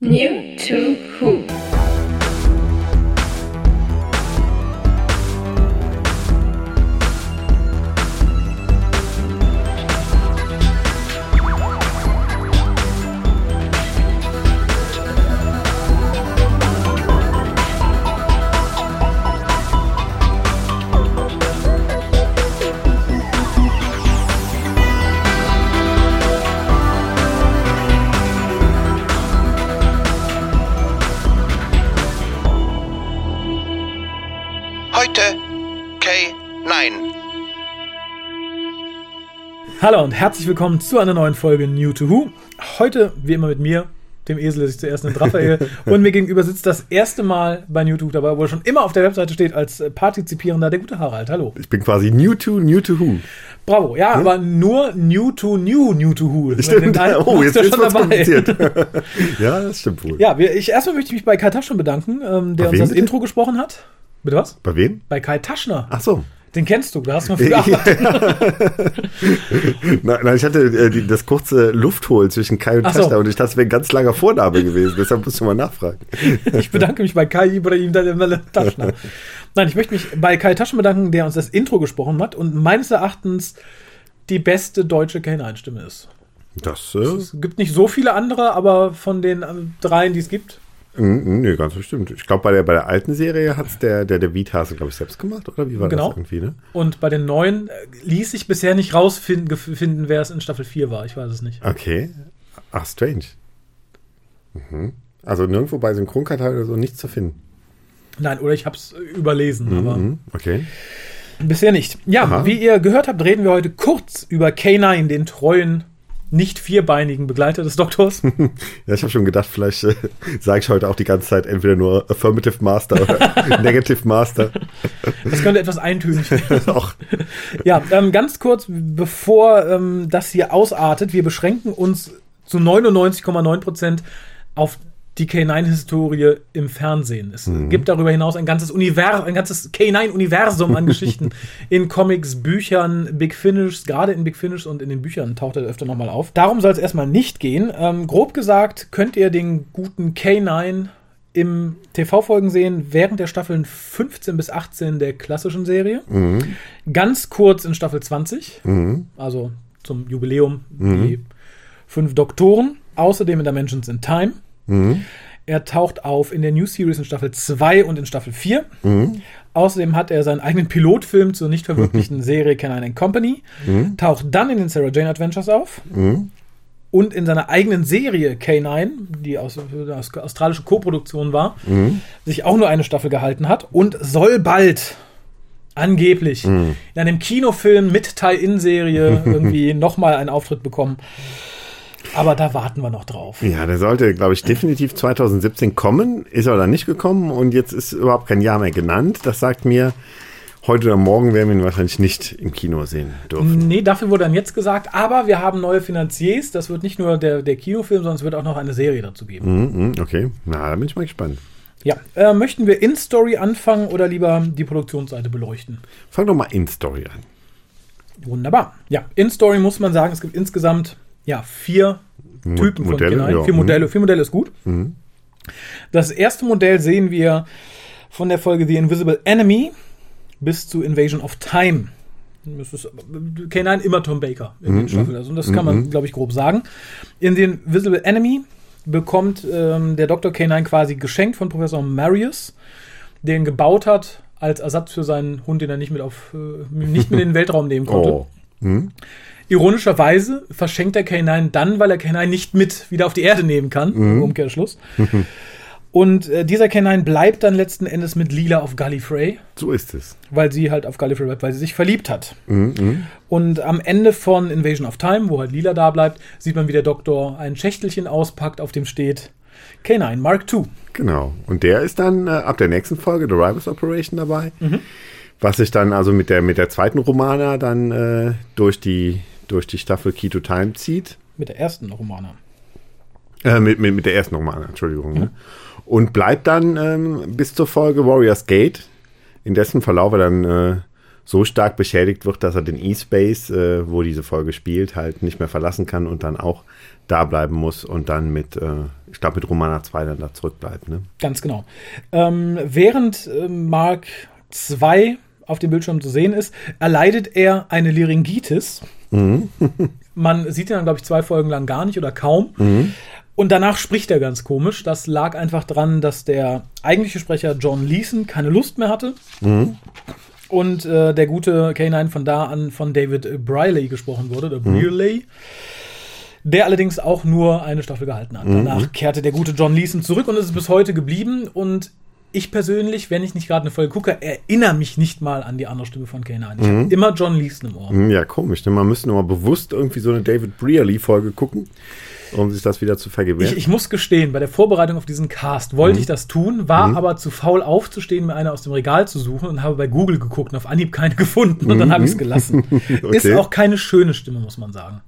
New to Who. Heute K9. Hallo und herzlich willkommen zu einer neuen Folge New to Who. Heute, wie immer mit mir, dem Esel, das ich zuerst nennt, Raphael. Und mir gegenüber sitzt das erste Mal bei New to Who dabei, wo er schon immer auf der Webseite steht als Partizipierender, der gute Harald. Hallo. Ich bin quasi New to Who. Bravo, ja, aber nur New to Who. Stimmt, oh, jetzt ist was kompliziert. kompliziert. Ja, das stimmt wohl. Ja, erstmal möchte ich mich bei Kai Taschner bedanken, der uns das bitte? Intro gesprochen hat. Bitte was? Bei wem? Bei Kai Taschner. Ach so. Den kennst du hast mal früher gearbeitet. Nein, ich hatte das kurze Luftholen zwischen Kai und Taschner und ich dachte, es wäre ein ganz langer Vorname gewesen. Deshalb musst du mal nachfragen. Ich bedanke mich bei Kai Ibrahim Taschner. Nein, ich möchte mich bei Kai Taschner bedanken, der uns das Intro gesprochen hat und meines Erachtens die beste deutsche K9-Stimme ist. Es gibt nicht so viele andere, aber von den dreien, die es gibt. Nee, ganz bestimmt. Ich glaube, bei der alten Serie hat es der Vithase, glaube ich, selbst gemacht, oder wie war das irgendwie, ne? Und bei den neuen ließ sich bisher nicht rausfinden, wer es in Staffel 4 war. Ich weiß es nicht. Okay. Ach, strange. Mhm. Also nirgendwo bei Synchronkartei oder so nichts zu finden. Nein, oder ich habe es überlesen, aber okay. Bisher nicht. Ja, Aha. Wie ihr gehört habt, reden wir heute kurz über K9, den treuen, nicht vierbeinigen Begleiter des Doktors. Ja, ich habe schon gedacht, vielleicht sage ich heute auch die ganze Zeit entweder nur Affirmative Master oder Negative Master. Das könnte etwas eintönig werden. Ja, ganz kurz, bevor das hier ausartet, wir beschränken uns zu 99,9% auf die K9-Historie im Fernsehen. Es gibt darüber hinaus ein ganzes K9-Universum an Geschichten in Comics, Büchern, Big Finish, gerade in Big Finish und in den Büchern taucht er öfter nochmal auf. Darum soll es erstmal nicht gehen. Grob gesagt könnt ihr den guten K9 im TV-Folgen sehen während der Staffeln 15 bis 18 der klassischen Serie. Ganz kurz in Staffel 20, also zum Jubiläum, die 5 Doktoren. Außerdem in Dimensions in Time. Er taucht auf in der New Series in Staffel 2 und in Staffel 4. Außerdem hat er seinen eigenen Pilotfilm zur nicht verwirklichten Serie K9 & Company. Taucht dann in den Sarah Jane Adventures auf. Und in seiner eigenen Serie K9, die aus australische Koproduktion war, sich auch nur eine Staffel gehalten hat und soll bald angeblich in einem Kinofilm mit Tie-In-Serie irgendwie nochmal einen Auftritt bekommen. Aber da warten wir noch drauf. Ja, der sollte, glaube ich, definitiv 2017 kommen. Ist aber dann nicht gekommen und jetzt ist überhaupt kein Jahr mehr genannt. Das sagt mir, heute oder morgen werden wir ihn wahrscheinlich nicht im Kino sehen dürfen. Nee, dafür wurde dann jetzt gesagt, aber wir haben neue Finanziers. Das wird nicht nur der Kinofilm, sondern es wird auch noch eine Serie dazu geben. Okay, na, da bin ich mal gespannt. Ja, möchten wir In-Story anfangen oder lieber die Produktionsseite beleuchten? Fang doch mal In-Story an. Wunderbar. Ja, In-Story muss man sagen, es gibt insgesamt 4 Typen Modelle, von K9. Ja. 4 Modelle. 4 Modelle ist gut. Das erste Modell sehen wir von der Folge The Invisible Enemy bis zu Invasion of Time. Das ist K9 immer Tom Baker in den Staffeln. Also das kann man, glaube ich, grob sagen. In The Invisible Enemy bekommt der Dr. K9 quasi geschenkt von Professor Marius, der ihn gebaut hat als Ersatz für seinen Hund, den er nicht mit in den Weltraum nehmen konnte. Ironischerweise verschenkt er K9 dann, weil er K9 nicht mit wieder auf die Erde nehmen kann. Umkehrschluss. Und dieser K9 bleibt dann letzten Endes mit Leela auf Gallifrey. So ist es. Weil sie halt auf Gallifrey bleibt, weil sie sich verliebt hat. Und am Ende von Invasion of Time, wo halt Leela da bleibt, sieht man, wie der Doktor ein Schächtelchen auspackt, auf dem steht K9 Mark II. Genau. Und der ist dann ab der nächsten Folge, The Rivals Operation, dabei. Was sich dann also mit der zweiten Romana dann durch die Staffel Key to Time zieht. Mit der ersten Romana. Mit der ersten Romana, Entschuldigung. Ne? Und bleibt dann bis zur Folge Warriors Gate, in dessen Verlauf er dann so stark beschädigt wird, dass er den E-Space, wo diese Folge spielt, halt nicht mehr verlassen kann und dann auch da bleiben muss und dann mit Romana 2 dann da zurückbleibt. Ne? Ganz genau. Während Mark 2 auf dem Bildschirm zu sehen ist, erleidet er eine Laryngitis. Man sieht ihn dann, glaube ich, 2 Folgen lang gar nicht oder kaum. Und danach spricht er ganz komisch. Das lag einfach dran, dass der eigentliche Sprecher John Leeson keine Lust mehr hatte. Und der gute K9 von da an von David Brearley gesprochen wurde, oder Brearley, der allerdings auch nur eine Staffel gehalten hat. Danach kehrte der gute John Leeson zurück und ist bis heute geblieben. Und ich persönlich, wenn ich nicht gerade eine Folge gucke, erinnere mich nicht mal an die andere Stimme von K9. Ich habe immer John Leeson im Ohr. Ja, komisch. Ne? Man müsste nur mal bewusst irgendwie so eine David Brearley-Folge gucken, um sich das wieder zu vergewähren. Ich muss gestehen, bei der Vorbereitung auf diesen Cast wollte ich das tun, war aber zu faul aufzustehen, mir eine aus dem Regal zu suchen und habe bei Google geguckt und auf Anhieb keine gefunden und dann habe ich es gelassen. Okay. Ist auch keine schöne Stimme, muss man sagen.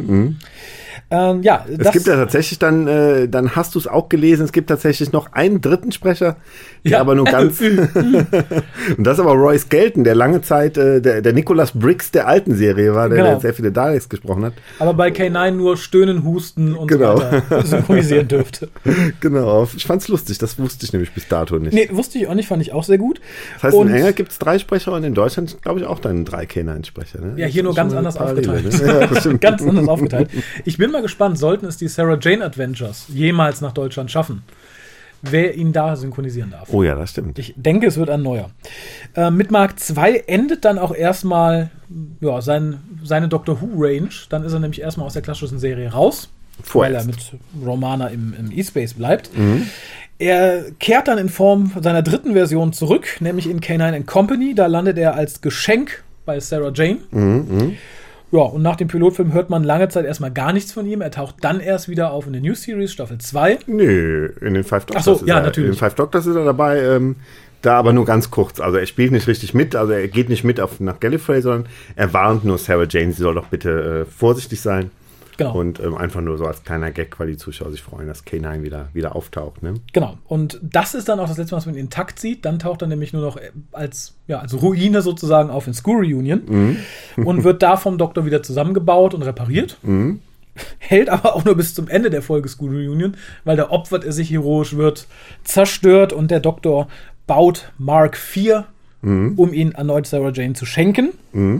Ja, es gibt ja tatsächlich dann hast du es auch gelesen, es gibt tatsächlich noch einen dritten Sprecher, der aber nur ganz und das ist aber Roy Skelton, der lange Zeit der Nicholas Briggs der alten Serie war, der sehr viele Daleks gesprochen hat. Aber bei K9 nur Stöhnen, Husten und so weiter synchronisieren dürfte. Genau, ich fand's lustig, das wusste ich nämlich bis dato nicht. Nee, wusste ich auch nicht, fand ich auch sehr gut. Das heißt, in England gibt es 3 Sprecher und in Deutschland, glaube ich, auch dann 3 K9-Sprecher. Ne? Ja, hier nur ganz anders aufgeteilt. Ne? Ja, ganz anders aufgeteilt. Ich bin mal gespannt, sollten es die Sarah Jane Adventures jemals nach Deutschland schaffen, wer ihn da synchronisieren darf. Oh ja, das stimmt. Ich denke, es wird ein neuer. Mit Mark 2 endet dann auch erstmal seine Doctor Who-Range. Dann ist er nämlich erstmal aus der klassischen Serie raus, weil er mit Romana im E-Space bleibt. Er kehrt dann in Form seiner 3. Version zurück, nämlich in K9 & Company. Da landet er als Geschenk bei Sarah Jane. Ja, und nach dem Pilotfilm hört man lange Zeit erstmal gar nichts von ihm. Er taucht dann erst wieder auf in der New Series, Staffel 2. Nee, in den Five Doctors. Ach so, ja, natürlich. In den Five Doctors ist er dabei, da aber nur ganz kurz. Also er spielt nicht richtig mit, also er geht nicht mit nach Gallifrey, sondern er warnt nur Sarah Jane, sie soll doch bitte vorsichtig sein. Genau. Und einfach nur so als kleiner Gag, weil die Zuschauer sich freuen, dass K9 wieder auftaucht. Ne? Genau. Und das ist dann auch das letzte Mal, was man ihn intakt sieht. Dann taucht er nämlich nur noch als Ruine sozusagen auf in School Reunion und wird da vom Doktor wieder zusammengebaut und repariert. Hält aber auch nur bis zum Ende der Folge School Reunion, weil da opfert er sich heroisch, wird zerstört und der Doktor baut Mark 4, um ihn erneut Sarah Jane zu schenken.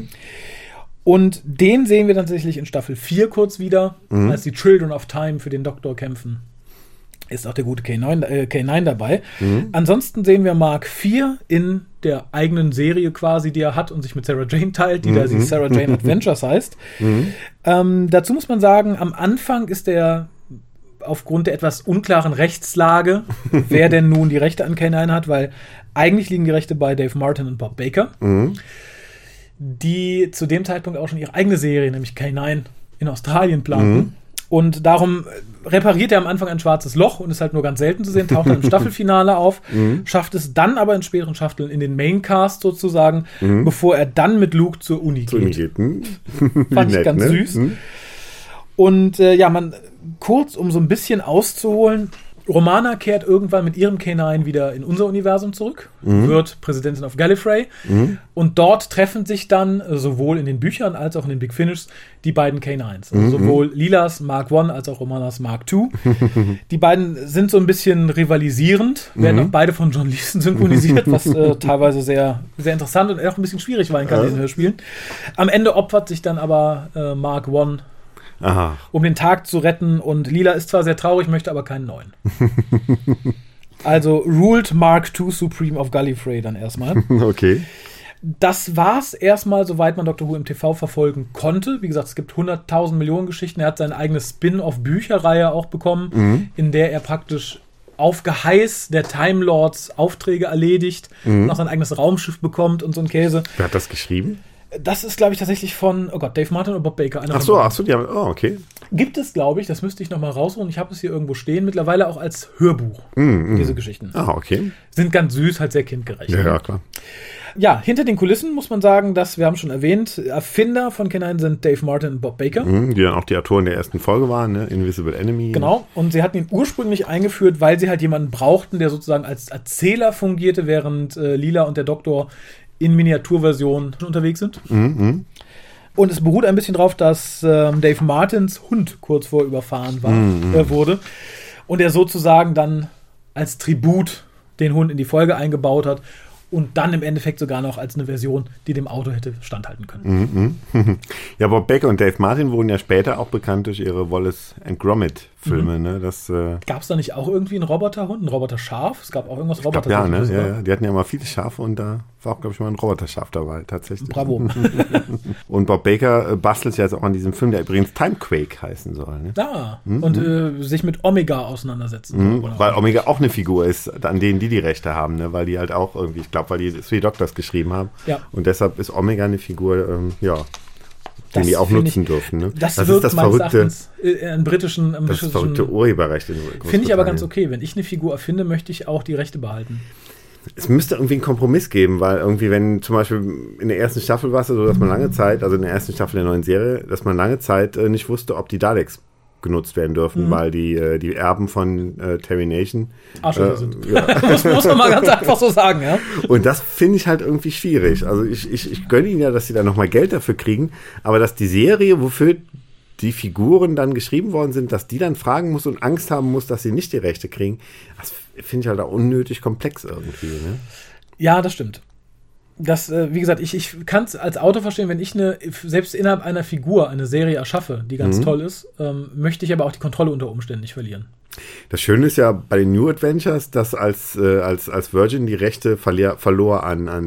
Und den sehen wir tatsächlich in Staffel 4 kurz wieder, als die Children of Time für den Doktor kämpfen. Ist auch der gute K9 dabei. Ansonsten sehen wir Mark 4 in der eigenen Serie quasi, die er hat und sich mit Sarah Jane teilt, die da sich Sarah Jane Adventures heißt. Dazu muss man sagen, am Anfang ist er aufgrund der etwas unklaren Rechtslage, wer denn nun die Rechte an K9 hat, weil eigentlich liegen die Rechte bei Dave Martin und Bob Baker. Die zu dem Zeitpunkt auch schon ihre eigene Serie, nämlich K9, in Australien planten. Und darum repariert er am Anfang ein schwarzes Loch und ist halt nur ganz selten zu sehen, taucht dann im Staffelfinale auf, schafft es dann aber in späteren Staffeln in den Maincast sozusagen, bevor er dann mit Luke zur Uni geht. Fand ich ganz süß. Und kurz, um so ein bisschen auszuholen, Romana kehrt irgendwann mit ihrem K9 wieder in unser Universum zurück, wird Präsidentin auf Gallifrey und dort treffen sich dann sowohl in den Büchern als auch in den Big Finish die beiden K9s. Also sowohl Lilas Mark I als auch Romanas Mark II. Die beiden sind so ein bisschen rivalisierend, werden auch beide von John Leeson synchronisiert, was teilweise sehr, sehr interessant und auch ein bisschen schwierig sein kann in den Hörspielen. Am Ende opfert sich dann aber Mark I, um den Tag zu retten. Und Lila ist zwar sehr traurig, möchte aber keinen neuen. Also ruled Mark II Supreme of Gallifrey dann erstmal. Okay. Das war's erstmal, soweit man Doctor Who im TV verfolgen konnte. Wie gesagt, es gibt 100.000 Millionen Geschichten. Er hat seine eigene Spin-off-Bücherreihe auch bekommen, in der er praktisch auf Geheiß der Time Lords Aufträge erledigt, noch sein eigenes Raumschiff bekommt und so ein Käse. Wer hat das geschrieben? Das ist, glaube ich, tatsächlich von, Dave Martin oder Bob Baker. Ach so, die haben, okay. Gibt es, glaube ich, das müsste ich nochmal rausholen. Ich habe es hier irgendwo stehen, mittlerweile auch als Hörbuch, diese Geschichten. Okay. Sind ganz süß, halt sehr kindgerecht. Ja, klar. Ja, hinter den Kulissen muss man sagen, dass, wir haben schon erwähnt, Erfinder von K9 sind Dave Martin und Bob Baker. Die dann auch die Autoren der ersten Folge waren, ne? Invisible Enemy. Genau, und sie hatten ihn ursprünglich eingeführt, weil sie halt jemanden brauchten, der sozusagen als Erzähler fungierte, während Lila und der Doktor in Miniaturversion unterwegs sind. Und es beruht ein bisschen darauf, dass Dave Martins Hund kurz vor überfahren wurde und er sozusagen dann als Tribut den Hund in die Folge eingebaut hat und dann im Endeffekt sogar noch als eine Version, die dem Auto hätte standhalten können. Ja, Bob Baker und Dave Martin wurden ja später auch bekannt durch ihre Wallace and Gromit-Filme. Ne? Gab es da nicht auch irgendwie einen Roboterhund, ein Roboterschaf? Es gab auch irgendwas Roboter. Ja, ne? Ja, die hatten ja mal viele Schafe und da war auch, glaube ich, mal ein Roboterschaf dabei, tatsächlich. Bravo. Und Bob Baker bastelt ja jetzt auch an diesem Film, der übrigens Timequake heißen soll. Ne? Und sich mit Omega auseinandersetzen. Weil Omega auch eine Figur ist, an denen die Rechte haben, ne? Weil die halt auch irgendwie, ich glaube, weil die Three Doctors geschrieben haben. Ja. Und deshalb ist Omega eine Figur, den die auch nutzen dürfen. Ne? Das ist das verrückte, das verrückte Urheberrecht. Finde ich aber ganz okay. Wenn ich eine Figur erfinde, möchte ich auch die Rechte behalten. Es müsste irgendwie einen Kompromiss geben, weil irgendwie, wenn zum Beispiel in der ersten Staffel war es so, dass man lange Zeit, also in der ersten Staffel der neuen Serie, dass man lange Zeit nicht wusste, ob die Daleks genutzt werden dürfen, weil die Erben von Terry Nation sind. muss man mal ganz einfach so sagen, ja. Und das finde ich halt irgendwie schwierig. Also ich gönne ihnen ja, dass sie da nochmal Geld dafür kriegen, aber dass die Serie, wofür die Figuren dann geschrieben worden sind, dass die dann fragen muss und Angst haben muss, dass sie nicht die Rechte kriegen, das finde ich halt auch unnötig komplex irgendwie. Ne? Ja, das stimmt. Das, wie gesagt, ich kann es als Autor verstehen, wenn ich selbst innerhalb einer Figur eine Serie erschaffe, die ganz toll ist, möchte ich aber auch die Kontrolle unter Umständen nicht verlieren. Das Schöne ist ja bei den New Adventures, dass als Virgin die Rechte verlor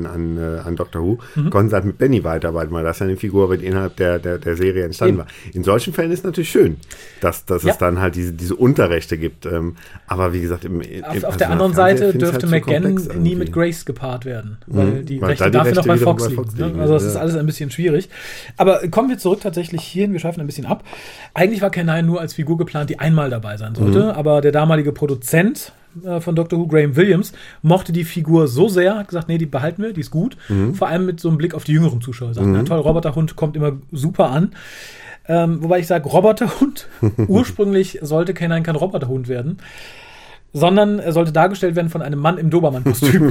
an Doctor Who, konnten sie halt mit Benny weiterarbeiten, weil das ja eine Figur, die innerhalb der Serie entstanden war. In solchen Fällen ist es natürlich schön, dass es dann halt diese Unterrechte gibt. Aber wie gesagt, auf der anderen Seite dürfte halt McGann nie mit Grace gepaart werden, weil die Rechte dafür noch bei Fox liegen. Also das ist alles ein bisschen schwierig. Aber kommen wir zurück tatsächlich hierhin, wir schweifen ein bisschen ab. Eigentlich war K9 nur als Figur geplant, die einmal dabei sein sollte. Aber der damalige Produzent von Doctor Who, Graham Williams, mochte die Figur so sehr, hat gesagt, nee, die behalten wir, die ist gut. Vor allem mit so einem Blick auf die jüngeren Zuschauer. Sagt, na toll, Roboterhund kommt immer super an. Wobei ich sage, Roboterhund, ursprünglich sollte K9 kein Roboterhund werden, sondern er sollte dargestellt werden von einem Mann im Dobermann-Kostüm.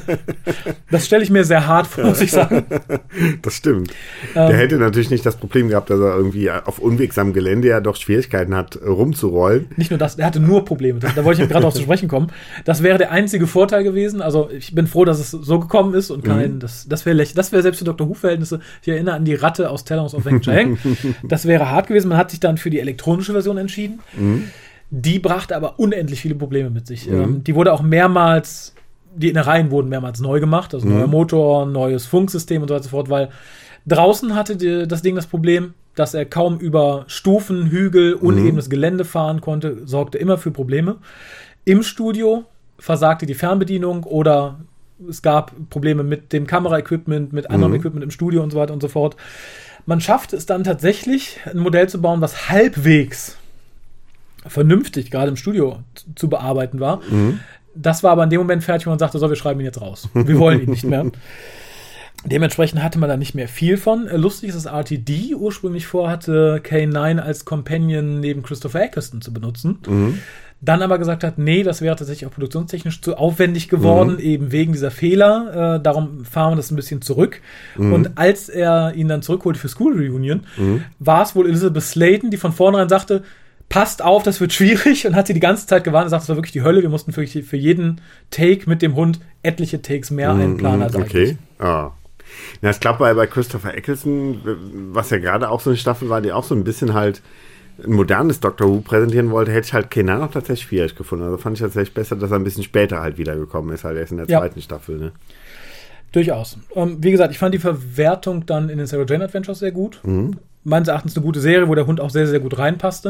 Das stelle ich mir sehr hart vor, muss ich sagen. Das stimmt. Der hätte natürlich nicht das Problem gehabt, dass er irgendwie auf unwegsamem Gelände ja doch Schwierigkeiten hat, rumzurollen. Nicht nur das, er hatte nur Probleme. Da wollte ich gerade auf zu sprechen kommen. Das wäre der einzige Vorteil gewesen. Also ich bin froh, dass es so gekommen ist und das wäre selbst für Dr. Who-Verhältnisse, ich erinnere an die Ratte aus Talons of Weng-Chiang. Das wäre hart gewesen. Man hat sich dann für die elektronische Version entschieden. Die brachte aber unendlich viele Probleme mit sich. Die wurde auch mehrmals, die Innereien wurden mehrmals neu gemacht, also neuer Motor, neues Funksystem und so weiter und so fort, weil draußen hatte das Ding das Problem, dass er kaum über Stufen, Hügel, unebenes Gelände fahren konnte, sorgte immer für Probleme. Im Studio versagte die Fernbedienung oder es gab Probleme mit dem Kameraequipment, mit anderem Equipment im Studio und so weiter und so fort. Man schaffte es dann tatsächlich, ein Modell zu bauen, was halbwegs vernünftig gerade im Studio zu bearbeiten war. Das war aber in dem Moment fertig, wo man sagte, so, wir schreiben ihn jetzt raus. Wir wollen ihn nicht mehr. Dementsprechend hatte man da nicht mehr viel von. Lustig ist, dass RTD ursprünglich vorhatte, K9 als Companion neben Christopher Eccleston zu benutzen. Dann aber gesagt hat, nee, das wäre tatsächlich auch produktionstechnisch zu aufwendig geworden, eben wegen dieser Fehler. Darum fahren wir das ein bisschen zurück. Und als er ihn dann zurückholte für School Reunion, war es wohl Elizabeth Sladen, die von vornherein sagte, passt auf, das wird schwierig, und hat sie die ganze Zeit gewarnt und sagt, es war wirklich die Hölle, wir mussten für jeden Take mit dem Hund etliche Takes mehr einplanen als eigentlich. Okay. Ja, ich glaube, bei Christopher Eccleston, was ja gerade auch so eine Staffel war, die auch so ein bisschen halt ein modernes Doctor Who präsentieren wollte, hätte ich halt K9 auch tatsächlich schwierig gefunden. Also fand ich tatsächlich besser, dass er ein bisschen später halt wiedergekommen ist, halt erst in der zweiten Staffel. Ne? Durchaus. Wie gesagt, ich fand die Verwertung dann in den Sarah Jane Adventures sehr gut. Meines Erachtens eine gute Serie, wo der Hund auch sehr, sehr gut reinpasste.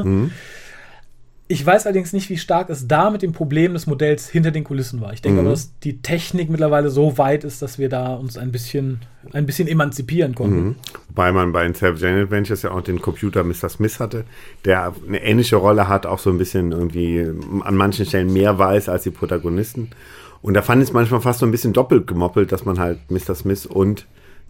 Ich weiß allerdings nicht, wie stark es da mit dem Problem des Modells hinter den Kulissen war. Ich denke aber, dass die Technik mittlerweile so weit ist, dass wir da uns ein bisschen emanzipieren konnten. Wobei man bei den Sarah Jane Adventures ja auch den Computer Mr. Smith hatte, der eine ähnliche Rolle hat, auch so ein bisschen irgendwie an manchen Stellen mehr weiß als die Protagonisten. Und da fand ich es manchmal fast so ein bisschen doppelt gemoppelt, dass man halt Mr. Smith und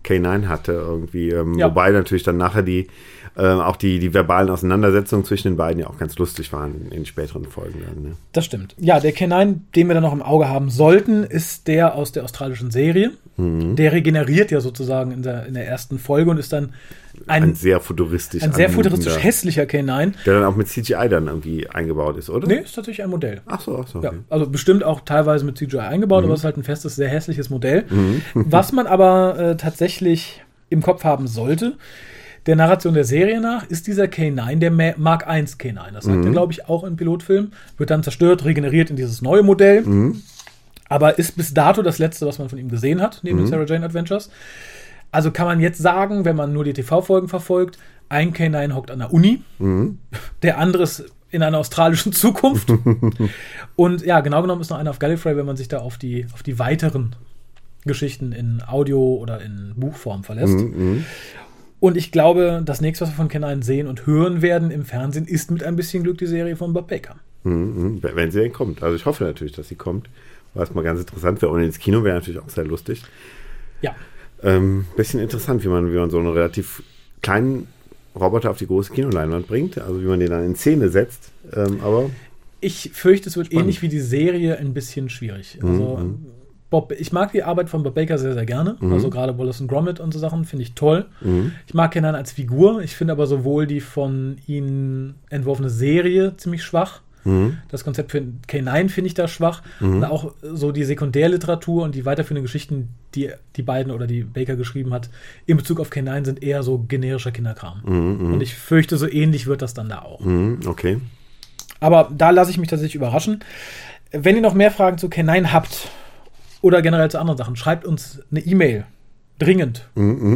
K9 hatte irgendwie. Wobei natürlich dann nachher auch die verbalen Auseinandersetzungen zwischen den beiden ja auch ganz lustig waren in späteren Folgen dann. Ne? Das stimmt. Ja, der K9, den wir dann noch im Auge haben sollten, ist der aus der australischen Serie. Mhm. Der regeneriert ja sozusagen in der ersten Folge und ist dann ein sehr futuristisch hässlicher K9. Der dann auch mit CGI dann irgendwie eingebaut ist, oder? Nee, ist natürlich ein Modell. Ach so. Okay. Ja, also bestimmt auch teilweise mit CGI eingebaut, aber es ist halt ein festes, sehr hässliches Modell. Mhm. Was man aber tatsächlich im Kopf haben sollte, der Narration der Serie nach, ist dieser K9 der Mark I K9. Das sagt er, glaube ich, auch im Pilotfilm. Wird dann zerstört, regeneriert in dieses neue Modell. Mhm. Aber ist bis dato das letzte, was man von ihm gesehen hat, neben den Sarah Jane Adventures. Also kann man jetzt sagen, wenn man nur die TV-Folgen verfolgt, ein K9 hockt an der Uni, der andere ist in einer australischen Zukunft. Und ja, genau genommen ist noch einer auf Gallifrey, wenn man sich da auf die weiteren Geschichten in Audio- oder in Buchform verlässt. Und ich glaube, das nächste, was wir von K9 sehen und hören werden im Fernsehen, ist mit ein bisschen Glück die Serie von Bob Baker. Wenn sie denn kommt. Also ich hoffe natürlich, dass sie kommt. Was mal ganz interessant wäre. Und ins Kino wäre natürlich auch sehr lustig. Ja. Bisschen interessant, wie man so einen relativ kleinen Roboter auf die große Kinoleinwand bringt. Also wie man den dann in Szene setzt. Aber ich fürchte, es wird ähnlich wie die Serie ein bisschen schwierig. Also ich mag die Arbeit von Bob Baker sehr, sehr gerne. Also gerade Wallace & Gromit und so Sachen finde ich toll. Ich mag K9 als Figur. Ich finde aber sowohl die von ihm entworfene Serie ziemlich schwach. Das Konzept für K9 finde ich da schwach. Und auch so die Sekundärliteratur und die weiterführenden Geschichten, die beiden oder die Baker geschrieben hat, in Bezug auf K9 sind eher so generischer Kinderkram. Und ich fürchte, so ähnlich wird das dann da auch. Okay. Aber da lasse ich mich tatsächlich überraschen. Wenn ihr noch mehr Fragen zu K9 habt, oder generell zu anderen Sachen, schreibt uns eine E-Mail. Dringend.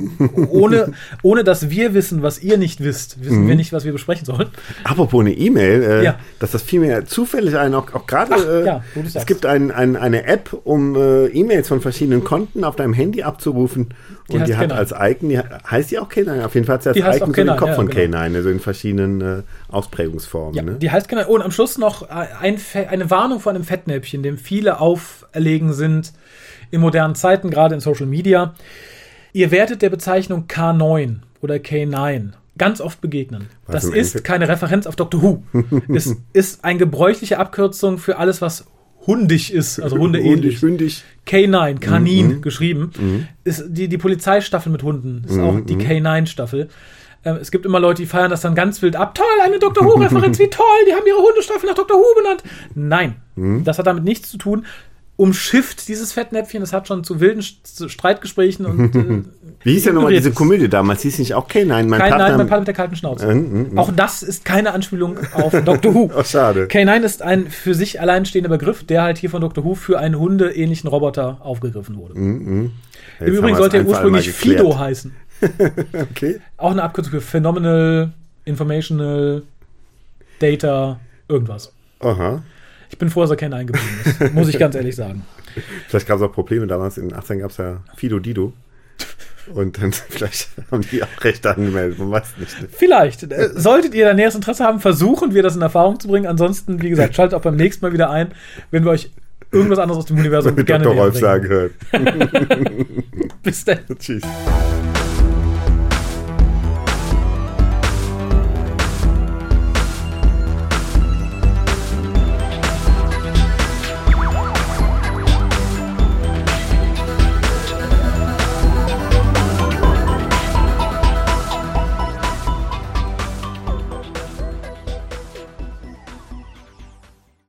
Ohne dass wir wissen, was ihr nicht wisst, wissen wir nicht, was wir besprechen sollen. Apropos eine E-Mail, dass das fiel mir zufällig ein, auch gerade, es gibt eine App, um E-Mails von verschiedenen Konten auf deinem Handy abzurufen. Und die hat als Icon, heißt die auch K9? Auf jeden Fall hat sie als Icon so den Kopf von K9, also in verschiedenen Ausprägungsformen. Ja, ne? die heißt K9. Und am Schluss noch eine Warnung vor einem Fettnäpfchen, dem viele auferlegen sind in modernen Zeiten, gerade in Social Media. Ihr werdet der Bezeichnung K9 oder K9 ganz oft begegnen. Das ist keine Referenz auf Doctor Who. Es ist eine gebräuchliche Abkürzung für alles, was hundig ist, also hundeähnlich. Hundig. K9, Kanin geschrieben. Ist die Polizeistaffel mit Hunden. Ist auch die K9-Staffel. Es gibt immer Leute, die feiern das dann ganz wild ab. Toll, eine Doctor Who-Referenz, wie toll, die haben ihre Hundestaffel nach Doctor Who benannt. Nein, das hat damit nichts zu tun. Umschifft dieses Fettnäpfchen, das hat schon zu wilden Streitgesprächen und wie hieß ja nochmal diese Komödie damals? Hieß nicht auch K9? Mein Partner mit der kalten Schnauze. Auch das ist keine Anspielung auf Doctor Who. Oh, schade. K9 ist ein für sich alleinstehender Begriff, der halt hier von Doctor Who für einen hundeähnlichen Roboter aufgegriffen wurde. Im Übrigen sollte er ursprünglich Fido heißen. Okay. Auch eine Abkürzung für Phenomenal, Informational, Data, irgendwas. Aha. Ich bin froh, dass er K9 geblieben ist, muss ich ganz ehrlich sagen. Vielleicht gab es auch Probleme damals. In den 18 gab es ja Fido Dido. Und dann vielleicht haben die auch Rechte angemeldet. Man weiß nicht. Vielleicht. Solltet ihr da näheres Interesse haben, versuchen wir das in Erfahrung zu bringen. Ansonsten, wie gesagt, schaltet auch beim nächsten Mal wieder ein, wenn wir euch irgendwas anderes aus dem Universum gerne Dr. Rolf sagen hören. Bis dann. Tschüss.